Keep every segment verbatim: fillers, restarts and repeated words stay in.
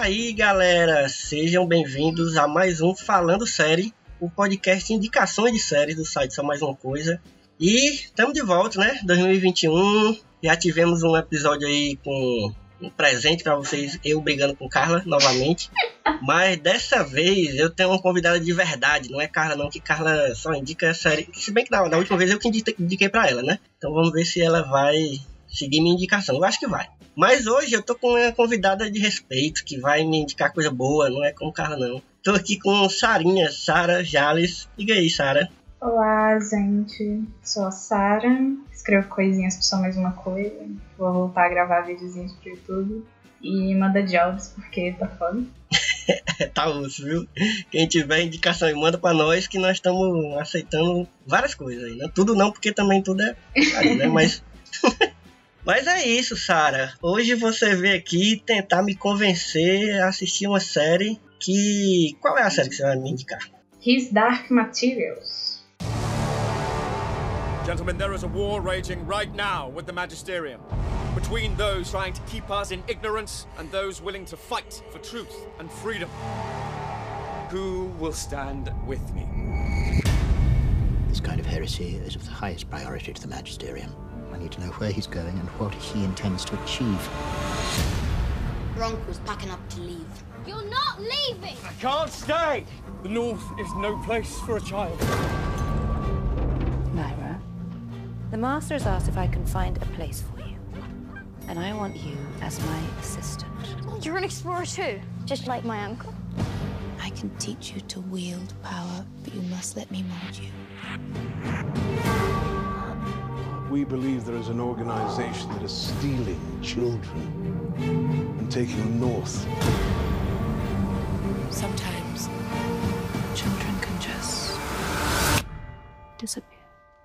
aí, galera, sejam bem-vindos a mais um Falando Série, o podcast de indicações de séries do site Só Mais Uma Coisa. E estamos de volta, né? dois mil e vinte e um, já tivemos um episódio aí com um presente para vocês, eu brigando com Carla novamente. Mas dessa vez eu tenho uma convidada de verdade, não é Carla não, que Carla só indica a série. Se bem que na, na última vez eu que indiquei para ela, né? Então vamos ver se ela vai seguir minha indicação. Eu acho que vai. Mas hoje eu tô com uma convidada de respeito, que vai me indicar coisa boa, não é como Carla não. Tô aqui com Sarinha, Sara Jales. Diga aí, Sara. Olá, gente. Sou a Sara. Escrevo coisinhas pra Só Mais Uma Coisa. Vou voltar a gravar videozinhos pro YouTube. E manda jobs, porque tá foda. Tá osso, viu? Quem tiver indicação e manda pra nós, que nós estamos aceitando várias coisas aí, né? Tudo não, porque também tudo é aí, né? Mas... Mas é isso, Sara. Hoje você veio aqui tentar me convencer a assistir uma série que... Qual é a série que você vai me indicar? His Dark Materials. Gentlemen, there is a war raging right now with the Magisterium. Between those trying to keep us in ignorance and those willing to fight for truth and freedom. Who will stand with me? This kind of heresy is of the highest priority to the Magisterium. I need to know where he's going and what he intends to achieve. Your uncle's packing up to leave. You're not leaving! I can't stay! The North is no place for a child. Myra, the Master has asked if I can find a place for you. And I want you as my assistant. You're an explorer too, just like my uncle. I can teach you to wield power, but you must let me mold you. We believe there is an organization that is stealing children and taking them north. Sometimes children can just disappear.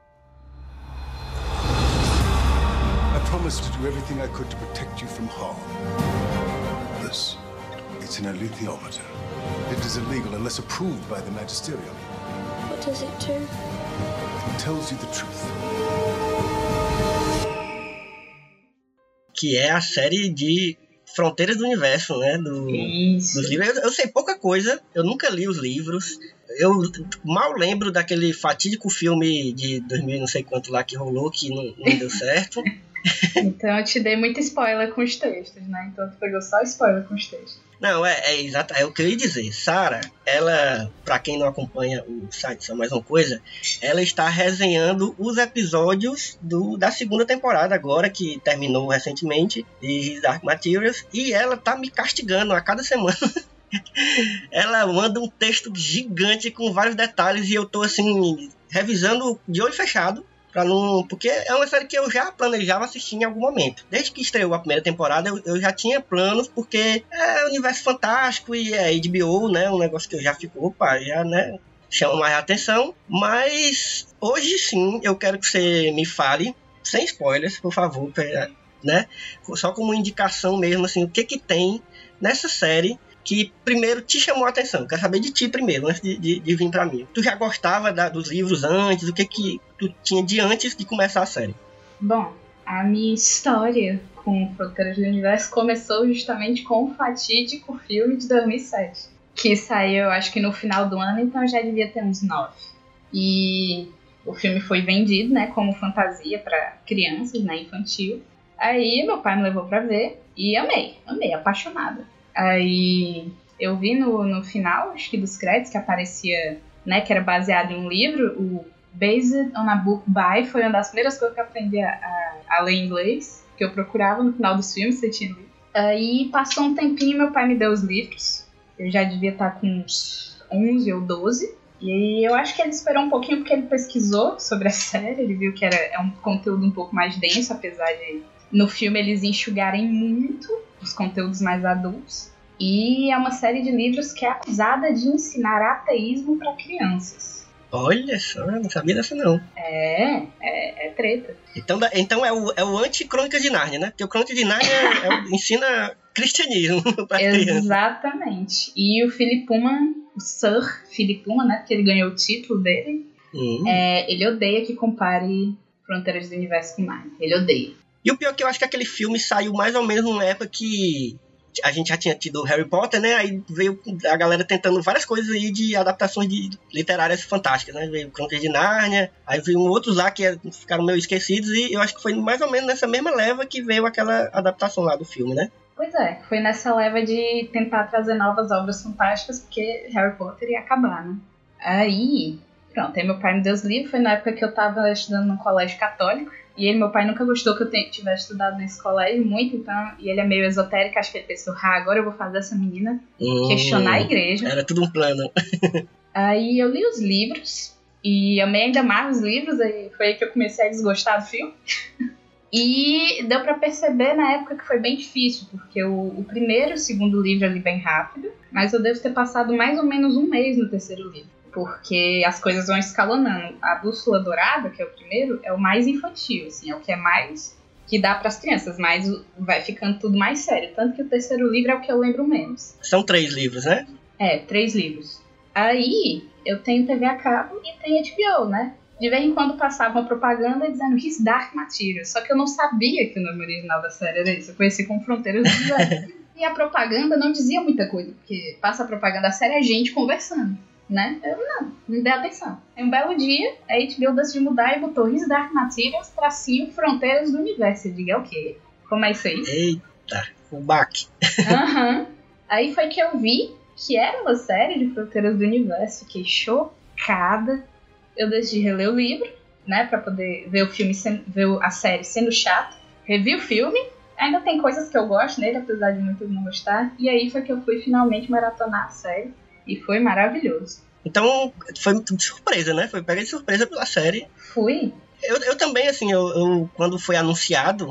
I promised to do everything I could to protect you from harm. This, it's an alethiometer. It is illegal unless approved by the Magisterium. What does it do? It tells you the truth. Que é a série de Fronteiras do Universo, né? Do, Isso. Dos livros. Eu, eu sei pouca coisa, eu nunca li os livros. Eu mal lembro daquele fatídico filme de dois mil não sei quanto lá que rolou, que não, não deu certo. Então eu te dei muito spoiler com os textos, né? Então tu pegou só spoiler com os textos. Não, é, é exato, é o que eu ia dizer. Sara, ela, pra quem não acompanha o site Só Mais Uma Coisa, ela está resenhando os episódios do, da segunda temporada agora, que terminou recentemente, de Dark Materials, e ela tá me castigando a cada semana. Ela manda um texto gigante com vários detalhes e eu tô assim, revisando de olho fechado. Pra não, porque é uma série que eu já planejava assistir em algum momento. Desde que estreou a primeira temporada, eu, eu já tinha planos, porque é universo fantástico e é H B O, né? Um negócio que eu já fico, opa, já, né? Chama mais a atenção. Mas hoje sim, eu quero que você me fale, sem spoilers, por favor, pra, né? Só como indicação mesmo, assim, o que que tem nessa série que primeiro te chamou a atenção. Quero saber de ti primeiro, antes de, de, de vir pra mim. Tu já gostava da, dos livros antes? O que que tu tinha de antes de começar a série? Bom, a minha história com Fronteiras do Universo começou justamente com o fatídico filme de dois mil e sete. Que saiu, eu acho que no final do ano, então eu já devia ter uns nove. E o filme foi vendido, né, como fantasia pra crianças, né, infantil. Aí meu pai me levou pra ver e amei, amei, apaixonada. Aí eu vi no, no final, acho que dos créditos, que aparecia, né, que era baseado em um livro, o Based on a Book By, foi uma das primeiras coisas que eu aprendi a, a, a ler inglês, que eu procurava no final dos filmes, se tinha lido. Aí passou um tempinho, meu pai me deu os livros, eu já devia estar com uns onze ou doze, e eu acho que ele esperou um pouquinho porque ele pesquisou sobre a série, ele viu que era, é um conteúdo um pouco mais denso, apesar de no filme eles enxugarem muito os conteúdos mais adultos. E é uma série de livros que é acusada de ensinar ateísmo para crianças. Olha só, não sabia dessa não. É, é, é treta. Então, então é o, é o anti-Crônica de Nárnia, né? Porque o Crônica de Nárnia é o, ensina cristianismo para crianças. Exatamente. E o Philip Pullman, o Sir Philip Pullman, né? Porque ele ganhou o título dele. Hum. É, ele odeia que compare Fronteiras do Universo com Nárnia. Ele odeia. E o pior é que eu acho que aquele filme saiu mais ou menos numa época que a gente já tinha tido Harry Potter, né? Aí veio a galera tentando várias coisas aí de adaptações de literárias fantásticas, né? Veio Crônicas de Nárnia, aí veio outros lá que ficaram meio esquecidos, e eu acho que foi mais ou menos nessa mesma leva que veio aquela adaptação lá do filme, né? Pois é, foi nessa leva de tentar trazer novas obras fantásticas, porque Harry Potter ia acabar, né? Aí, pronto, aí meu pai me deu os livros, foi na época que eu tava estudando num colégio católico, e ele, meu pai, nunca gostou que eu tivesse estudado nesse colégio muito, então, e ele é meio esotérico, acho que ele pensou, ah, agora eu vou fazer essa menina hum, questionar a igreja. Era tudo um plano. Aí eu li os livros, e amei ainda mais os livros, aí foi aí que eu comecei a desgostar do filme. E deu pra perceber na época que foi bem difícil, porque o, o primeiro e o segundo livro eu li bem rápido, mas eu devo ter passado mais ou menos um mês no terceiro livro, porque as coisas vão escalonando. A Bússola Dourada, que é o primeiro, é o mais infantil, assim, é o que é mais que dá pras crianças, mas vai ficando tudo mais sério, tanto que o terceiro livro é o que eu lembro menos. São três livros, né? É, três livros. Aí eu tenho T V a cabo e tenho H B O, né? De vez em quando passava uma propaganda dizendo His Dark Material, só que eu não sabia que o nome original da série era isso, eu conheci como Fronteiras do Universo. E a propaganda não dizia muita coisa, porque passa a propaganda da série, a gente conversando, né? Eu não, não dei atenção. Em um belo dia, a H B O decidiu mudar e botou His Dark Materials, tracinho, Fronteiras do Universo. Eu digo, é o quê? Como é isso aí? Eita, o baque. Aham. Uhum. Aí foi que eu vi que era uma série de Fronteiras do Universo, fiquei chocada. Eu decidi reler o livro, né, pra poder ver o filme, ver a série sendo chata. Revi o filme, ainda tem coisas que eu gosto nele, apesar de muitos não gostar. E aí foi que eu fui finalmente maratonar a série, e foi maravilhoso. Então, foi de surpresa, né? Foi pega de surpresa pela série. Fui. Eu, eu também, assim, eu, eu, quando foi anunciado,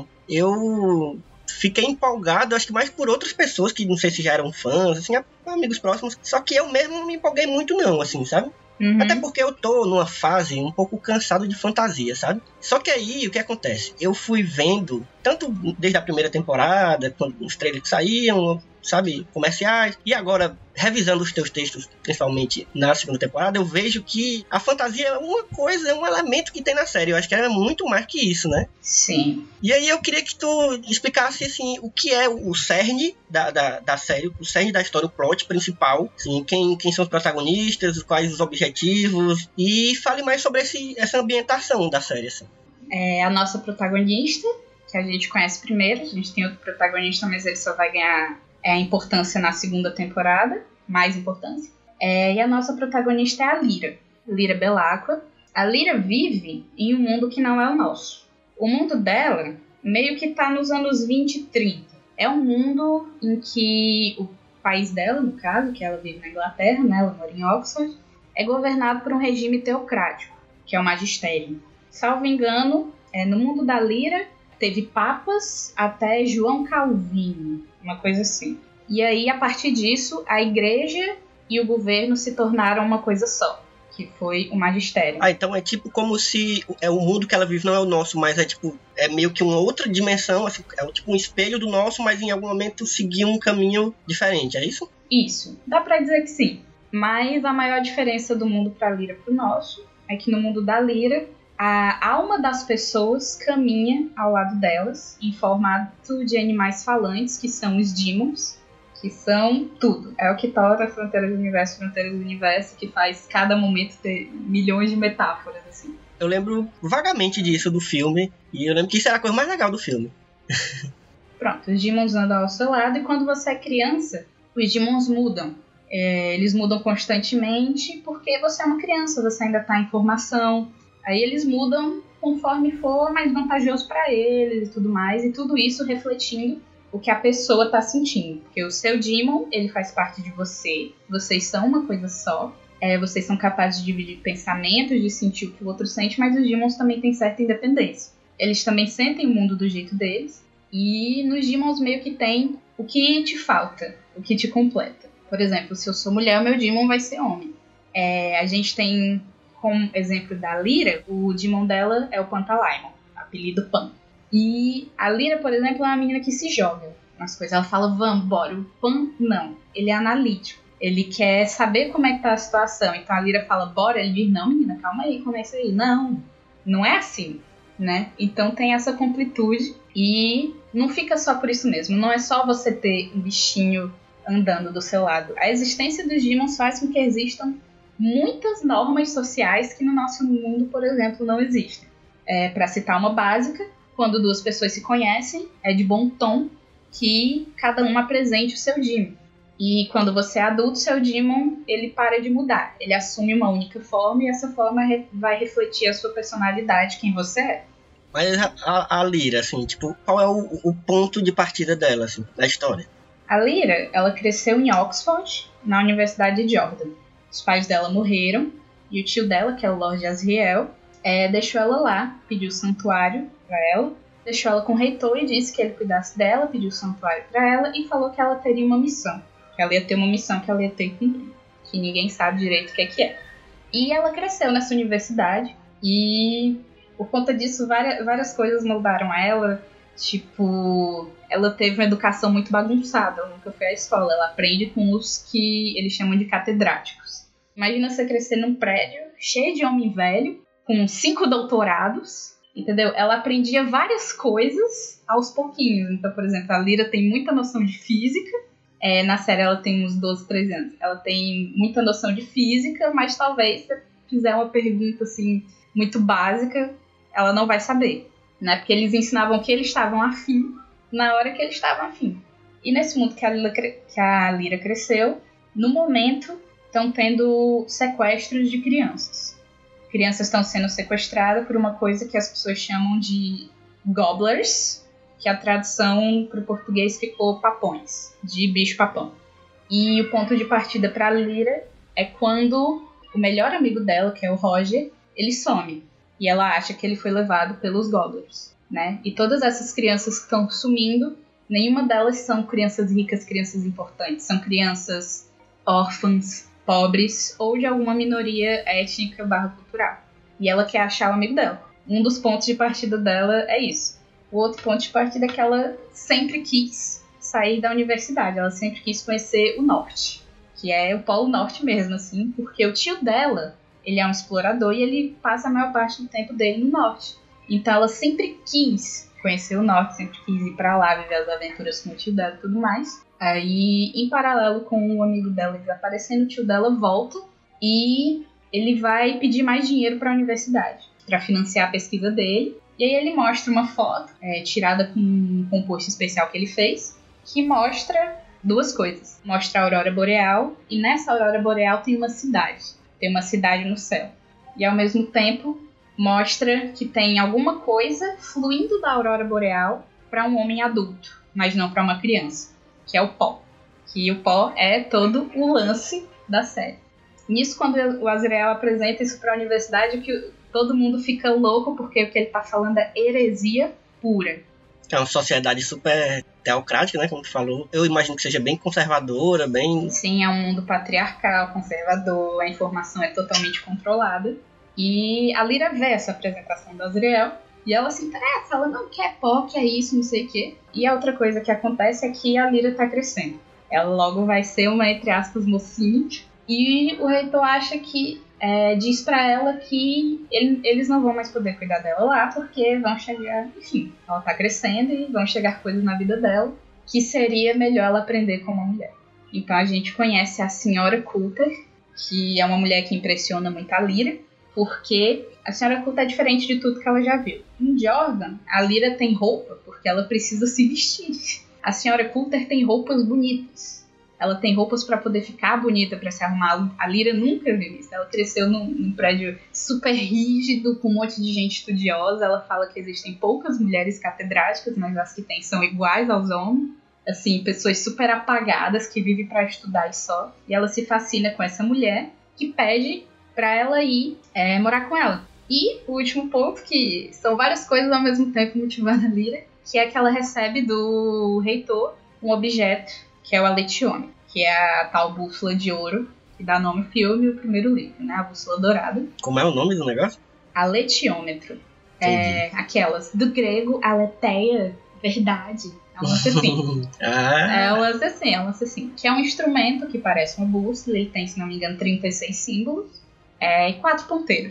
eu fiquei empolgado, acho que mais por outras pessoas, que não sei se já eram fãs, assim, amigos próximos. Só que eu mesmo não me empolguei muito não, assim, sabe? Uhum. Até porque eu tô numa fase um pouco cansado de fantasia, sabe? Só que aí, o que acontece? Eu fui vendo, tanto desde a primeira temporada, quando os trailers saíam, sabe, comerciais, e agora, revisando os teus textos, principalmente na segunda temporada, eu vejo que a fantasia é uma coisa, é um elemento que tem na série. Eu acho que é muito mais que isso, né? Sim. E aí eu queria que tu explicasse, assim, o que é o cerne da, da, da série, o cerne da história, o plot principal, assim, quem, quem são os protagonistas, quais os objetivos, e fale mais sobre esse, essa ambientação da série, assim. É a nossa protagonista, que a gente conhece primeiro, a gente tem outro protagonista, mas ele só vai ganhar é, a importância na segunda temporada, mais importância. É, e a nossa protagonista é a Lyra, Lyra Belacqua. A Lyra vive em um mundo que não é o nosso. O mundo dela meio que tá nos anos vinte e trinta. É um mundo em que o país dela, no caso, que ela vive na Inglaterra, né, ela mora em Oxford, é governado por um regime teocrático, que é o magistério. Salvo engano, é, no mundo da Lyra teve papas até João Calvino, uma coisa assim. E aí, a partir disso, a igreja e o governo se tornaram uma coisa só, que foi o magistério. Ah, então é tipo como se é o mundo que ela vive não é o nosso, mas é tipo é meio que uma outra dimensão, assim, é tipo um espelho do nosso, mas em algum momento seguir um caminho diferente, é isso? Isso, dá pra dizer que sim. Mas a maior diferença do mundo pra Lyra pro nosso é que no mundo da Lyra, a alma das pessoas caminha ao lado delas em formato de animais falantes, que são os demons, que são tudo. É o que torna a Fronteiras do Universo, Fronteiras do Universo, que faz cada momento ter milhões de metáforas, assim. Eu lembro vagamente disso do filme, e eu lembro que isso era a coisa mais legal do filme. Pronto, os demons andam ao seu lado, e quando você é criança, os demons mudam. É, eles mudam constantemente, porque você é uma criança, você ainda está em formação. Aí eles mudam conforme for mais vantajoso para eles e tudo mais, e tudo isso refletindo o que a pessoa está sentindo. Porque o seu demon, ele faz parte de você, vocês são uma coisa só, é, vocês são capazes de dividir pensamentos, de sentir o que o outro sente, mas os demons também têm certa independência. Eles também sentem o mundo do jeito deles, e nos demons meio que tem o que te falta, o que te completa. Por exemplo, se eu sou mulher, o meu demon vai ser homem. É, a gente tem, como exemplo da Lyra, o demon dela é o Pantalaimon, apelido Pan. E a Lyra, por exemplo, é uma menina que se joga nas coisas. Ela fala, vamos, bora. O Pan, não. Ele é analítico. Ele quer saber como é que tá a situação. Então a Lyra fala, bora. Ele diz, não, menina, calma aí, como é isso aí? Não, não é assim. né? Então tem essa completude e não fica só por isso mesmo. Não é só você ter um bichinho andando do seu lado. A existência dos Demons faz com que existam muitas normas sociais que no nosso mundo, por exemplo, não existem. É, para citar uma básica, quando duas pessoas se conhecem, é de bom tom que cada um apresente o seu Demon. E quando você é adulto, seu Demon, ele para de mudar. Ele assume uma única forma e essa forma re- vai refletir a sua personalidade, quem você é. Mas a, a, a Lyra, assim, tipo, qual é o, o ponto de partida dela, assim, da história? A Lyra, ela cresceu em Oxford, na Universidade de Jordan. Os pais dela morreram e o tio dela, que é o Lord Asriel, é, deixou ela lá, pediu santuário para ela, deixou ela com o reitor e disse que ele cuidasse dela, pediu santuário para ela e falou que ela teria uma missão. Que ela ia ter uma missão que ela ia ter que cumprir, que ninguém sabe direito o que é que é. E ela cresceu nessa universidade e, por conta disso, várias, várias coisas moldaram ela. Tipo, ela teve uma educação muito bagunçada, ela nunca foi à escola. Ela aprende com os que eles chamam de catedráticos. Imagina você crescer num prédio cheio de homem velho, com cinco doutorados, entendeu? Ela aprendia várias coisas aos pouquinhos. Então, por exemplo, a Lyra tem muita noção de física. É, na série ela tem uns doze, treze anos. Ela tem muita noção de física, mas talvez se fizer uma pergunta assim, muito básica, ela não vai saber, né? Porque eles ensinavam que eles estavam afim na hora que eles estavam afim. E nesse mundo que a Lyra, que a Lyra cresceu, no momento estão tendo sequestros de crianças. Crianças estão sendo sequestradas por uma coisa que as pessoas chamam de gobblers, que a tradução para o português ficou papões, de bicho-papão. E o ponto de partida para a Lyra é quando o melhor amigo dela, que é o Roger, ele some. E ela acha que ele foi levado pelos gobblers, né? E todas essas crianças que estão sumindo, nenhuma delas são crianças ricas, crianças importantes. São crianças órfãs, pobres ou de alguma minoria étnica barra cultural. E ela quer achar o amigo dela. Um dos pontos de partida dela é isso. O outro ponto de partida é que ela sempre quis sair da universidade. Ela sempre quis conhecer o norte, que é o polo norte mesmo, assim, porque o tio dela, ele é um explorador e ele passa a maior parte do tempo dele no norte. Então ela sempre quis conhecer o norte, sempre quis ir pra lá, viver as aventuras com o tio dela e tudo mais. Aí, em paralelo com o amigo dela desaparecendo, o tio dela volta e ele vai pedir mais dinheiro para a universidade, para financiar a pesquisa dele. E aí ele mostra uma foto é, tirada com um composto especial que ele fez, que mostra duas coisas. Mostra a aurora boreal, e nessa aurora boreal tem uma cidade. Tem uma cidade no céu. E ao mesmo tempo mostra que tem alguma coisa fluindo da aurora boreal para um homem adulto, mas não para uma criança, que é o pó. Que o pó é todo o lance da série. Nisso, quando o Asriel apresenta isso para a universidade, que todo mundo fica louco, porque o que ele tá falando é heresia pura. É uma sociedade super teocrática, né, como tu falou. Eu imagino que seja bem conservadora, bem... Sim, é um mundo patriarcal, conservador, a informação é totalmente controlada. E a Lyra vê essa apresentação do Asriel, e ela se interessa, ela não quer pó, que é isso, não sei o quê. E a outra coisa que acontece é que a Lyra tá crescendo. Ela logo vai ser uma, entre aspas, mocinha. E o reitor acha que, é, diz pra ela que ele, eles não vão mais poder cuidar dela lá, porque vão chegar, enfim, ela tá crescendo e vão chegar coisas na vida dela que seria melhor ela aprender como uma mulher. Então a gente conhece a senhora Coulter, que é uma mulher que impressiona muito a Lyra, porque a senhora Coulter é diferente de tudo que ela já viu. Em Jordan, a Lyra tem roupa porque ela precisa se vestir. A senhora Coulter tem roupas bonitas. Ela tem roupas para poder ficar bonita, para se arrumar. A Lyra nunca viu isso. Ela cresceu num, num prédio super rígido, com um monte de gente estudiosa. Ela fala que existem poucas mulheres catedráticas, mas as que tem são iguais aos homens. Assim, pessoas super apagadas que vivem para estudar e só. E ela se fascina com essa mulher, que pede para ela ir é, morar com ela. E o último ponto, que são várias coisas ao mesmo tempo motivando a Lyra, que é que ela recebe do reitor um objeto, que é o aletiômetro, que é a tal bússola de ouro, que dá nome ao filme e o primeiro livro, né? A bússola dourada. Como é o nome do negócio? Aletiômetro. É, aquelas do grego, aletheia, verdade. É um lance assim. ah. É um lance assim, é um lance assim. Que é um instrumento que parece uma bússola, ele tem, se não me engano, trinta e seis símbolos é, e quatro ponteiros.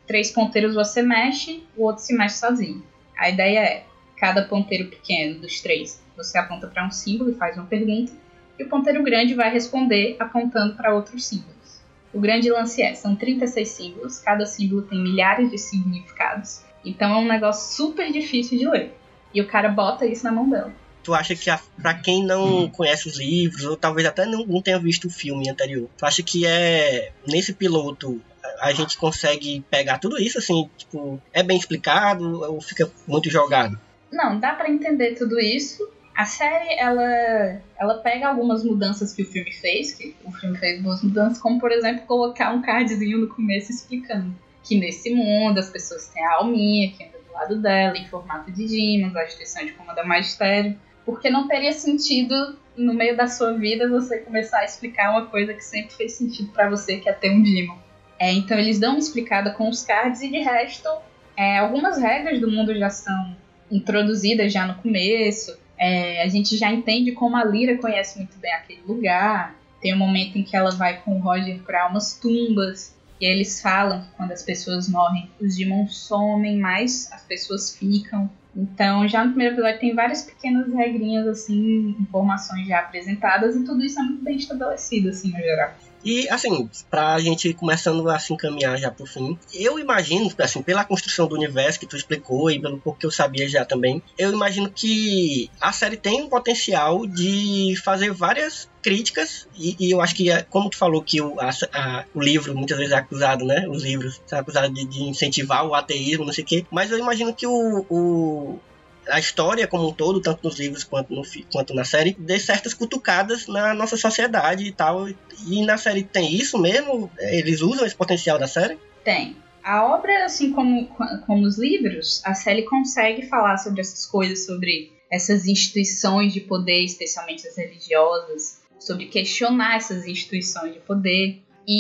três ponteiros você mexe, o outro se mexe sozinho. A ideia é, cada ponteiro pequeno dos três, você aponta para um símbolo e faz uma pergunta, e o ponteiro grande vai responder apontando para outros símbolos. O grande lance é, são trinta e seis símbolos, cada símbolo tem milhares de significados, então é um negócio super difícil de ler. E o cara bota isso na mão dela. Tu acha que, a, pra quem não conhece os livros, ou talvez até não, não tenha visto o filme anterior, tu acha que é, nesse piloto, a gente consegue pegar tudo isso, assim, tipo, é bem explicado ou fica muito jogado? Não, dá pra entender tudo isso. A série, ela, ela pega algumas mudanças que o filme fez, que o filme fez boas mudanças, como, por exemplo, colocar um cardzinho no começo explicando que nesse mundo as pessoas têm a alminha que anda do lado dela, em formato de Demons, a instituição de comando ao magistério, porque não teria sentido, no meio da sua vida, você começar a explicar uma coisa que sempre fez sentido pra você, que é ter um Demon. É, então eles dão uma explicada com os cards e, de resto, é, algumas regras do mundo já são introduzidas já no começo. É, a gente já entende como a Lyra conhece muito bem aquele lugar. Tem um momento em que ela vai com o Roger para umas tumbas e eles falam que quando as pessoas morrem, os demons somem, mas as pessoas ficam. Então, já no primeiro episódio tem várias pequenas regrinhas, assim, informações já apresentadas, e tudo isso é muito bem estabelecido, assim, no geral. E, assim, pra gente começando a se encaminhar já pro fim, eu imagino, assim, pela construção do universo que tu explicou e pelo pouco que eu sabia já também, eu imagino que a série tem um potencial de fazer várias críticas, e, e eu acho que, como tu falou que o, a, a, o livro muitas vezes é acusado, né, os livros são acusados de, de incentivar o ateísmo, não sei o quê, mas eu imagino que o, o a história como um todo, tanto nos livros quanto, no, quanto na série, dê certas cutucadas na nossa sociedade e tal. E na série tem isso mesmo? Eles usam esse potencial da série? Tem. A obra, assim como, como os livros, a série consegue falar sobre essas coisas, sobre essas instituições de poder, especialmente as religiosas, sobre questionar essas instituições de poder.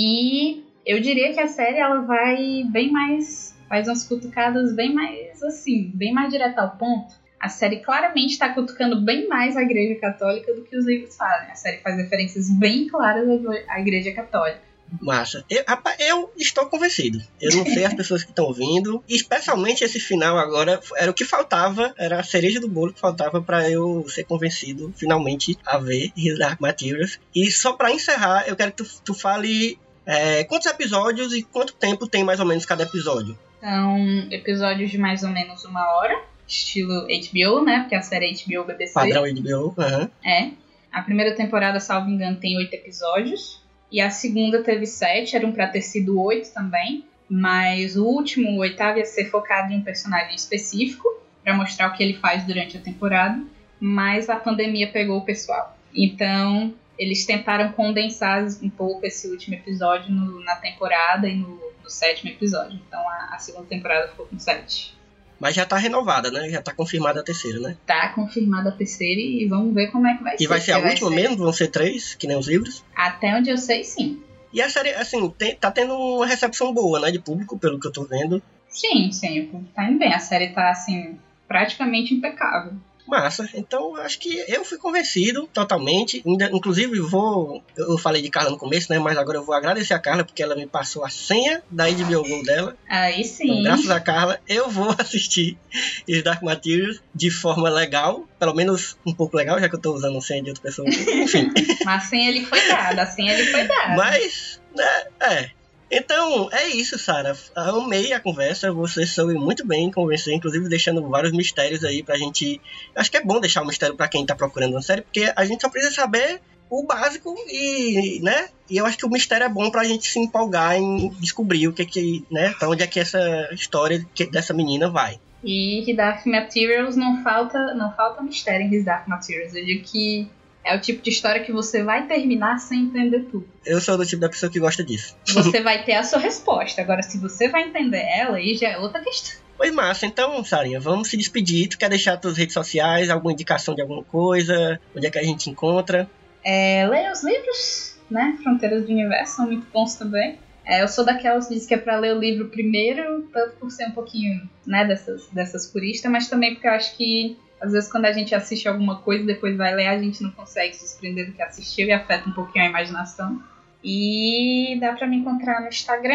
E eu diria que a série ela vai bem mais... faz umas cutucadas bem mais, assim, bem mais direto ao ponto. A série claramente está cutucando bem mais a Igreja Católica do que os livros fazem. A série faz referências bem claras à Igreja Católica. Massa. Eu, rapaz, eu estou convencido. Eu não sei as pessoas que estão ouvindo. E especialmente esse final agora, era o que faltava, era a cereja do bolo que faltava para eu ser convencido, finalmente, a ver His Dark Materials. E só para encerrar, eu quero que tu, tu fale é, quantos episódios e quanto tempo tem mais ou menos cada episódio. São episódios de mais ou menos uma hora, estilo H B O, né? Porque a série é H B O B B C. Padrão H B O, aham. Uhum. É. A primeira temporada, salvo engano, tem oito episódios. E a segunda teve sete, eram pra ter sido oito também. Mas o último, o oitavo, ia ser focado em um personagem específico, pra mostrar o que ele faz durante a temporada. Mas a pandemia pegou o pessoal. Então, eles tentaram condensar um pouco esse último episódio no, na temporada e no, no sétimo episódio. Então a, a segunda temporada ficou com sete. Mas já tá renovada, né? Já tá confirmada a terceira, né? Tá confirmada a terceira e vamos ver como é que vai e ser. E vai ser a última ser... mesmo? Vão ser três, que nem os livros? Até onde eu sei, sim. E a série, assim, tem, tá tendo uma recepção boa, né? De público, pelo que eu tô vendo. Sim, sim. O público tá indo bem. A série tá, assim, praticamente impecável. Massa, então acho que eu fui convencido totalmente, inclusive vou, eu falei de Carla no começo, né, mas agora eu vou agradecer a Carla porque ela me passou a senha da H B O Go dela. Aí sim. Então, graças a Carla, eu vou assistir His Dark Materials de forma legal, pelo menos um pouco legal, já que eu tô usando a senha de outra pessoa, enfim. Mas a senha ele foi dada, a senha ele foi dada. Mas, né, é... Então, é isso, Sarah. Amei a conversa. Você soube muito bem convencer, inclusive deixando vários mistérios aí pra gente... Acho que é bom deixar um mistério pra quem tá procurando uma série, porque a gente só precisa saber o básico e, né? E eu acho que o mistério é bom pra gente se empolgar em descobrir o que que, né? Pra onde é que essa história dessa menina vai. E His Dark Materials não falta, não falta mistério em His Dark Materials. Eu digo que é o tipo de história que você vai terminar sem entender tudo. Eu sou do tipo da pessoa que gosta disso. Você vai ter a sua resposta. Agora, se você vai entender ela, aí já é outra questão. Pois massa. Então, Sarinha, vamos se despedir. Tu quer deixar tuas redes sociais, alguma indicação de alguma coisa? Onde é que a gente encontra? É, leia os livros, né? Fronteiras do Universo são muito bons também. É, eu sou daquelas que diz que é pra ler o livro primeiro, tanto por ser um pouquinho, né, dessas, dessas puristas, mas também porque eu acho que às vezes quando a gente assiste alguma coisa e depois vai ler, a gente não consegue se desprender do que assistiu e afeta um pouquinho a imaginação. E dá pra me encontrar no Instagram,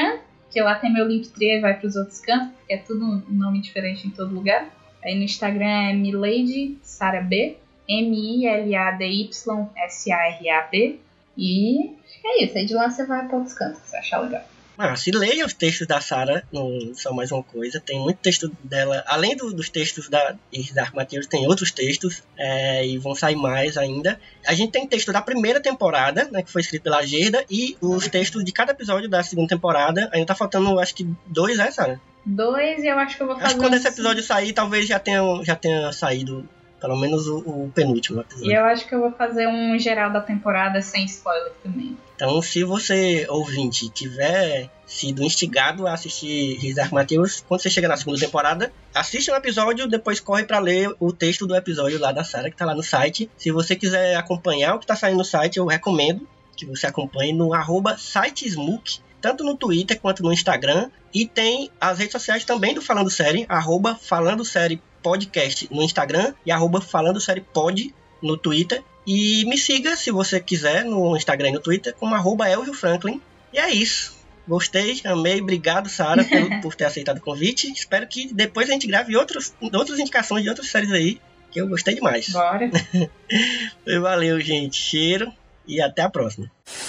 porque lá tem meu Linktree e vai pros outros cantos, porque é tudo um nome diferente em todo lugar. Aí no Instagram é Milady Sara B, M I L A D Y S A R A B. E acho que é isso. Aí de lá você vai para outros cantos, que você achar legal. Ah, se leia os textos da Sara, não só mais uma coisa. Tem muito texto dela. Além do, dos textos da Dark Materials, tem outros textos. É, e vão sair mais ainda. A gente tem texto da primeira temporada, né, que foi escrito pela Gerda. E os textos de cada episódio da segunda temporada. Ainda tá faltando, acho que dois, né, Sara? Dois, e eu acho que eu vou fazer. Acho que quando um... esse episódio sair, talvez já tenha, já tenha saído. Pelo menos o, o penúltimo episódio. E eu acho que eu vou fazer um geral da temporada sem spoiler também. Então, se você, ouvinte, tiver sido instigado a assistir His Dark Materials, quando você chega na segunda temporada, assiste um episódio, depois corre para ler o texto do episódio lá da Sara, que tá lá no site. Se você quiser acompanhar o que tá saindo no site, eu recomendo que você acompanhe no arroba sitesmook, tanto no Twitter quanto no Instagram. E tem as redes sociais também do Falando Série, arroba Falando Série Podcast no Instagram e arroba Falando Série Pod no Twitter. E me siga, se você quiser, no Instagram e no Twitter, como arroba Elvio Franklin. E é isso. Gostei, amei. Obrigado, Sara, por, por ter aceitado o convite. Espero que depois a gente grave outros, outras indicações de outras séries aí, que eu gostei demais. Bora. Valeu, gente. Cheiro e até a próxima.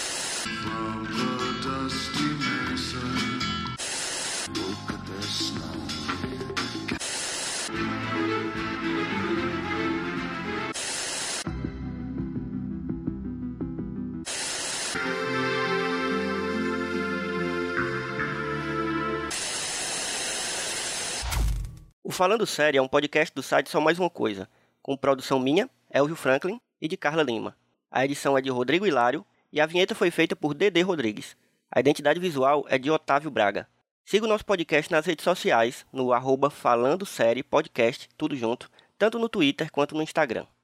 O Falando Série é um podcast do site Só Mais Uma Coisa, com produção minha, Elvio Franklin, e de Carla Lima. A edição é de Rodrigo Hilário e a vinheta foi feita por Dedê Rodrigues. A identidade visual é de Otávio Braga. Siga o nosso podcast nas redes sociais, no arroba Falando Série Podcast, tudo junto, tanto no Twitter quanto no Instagram.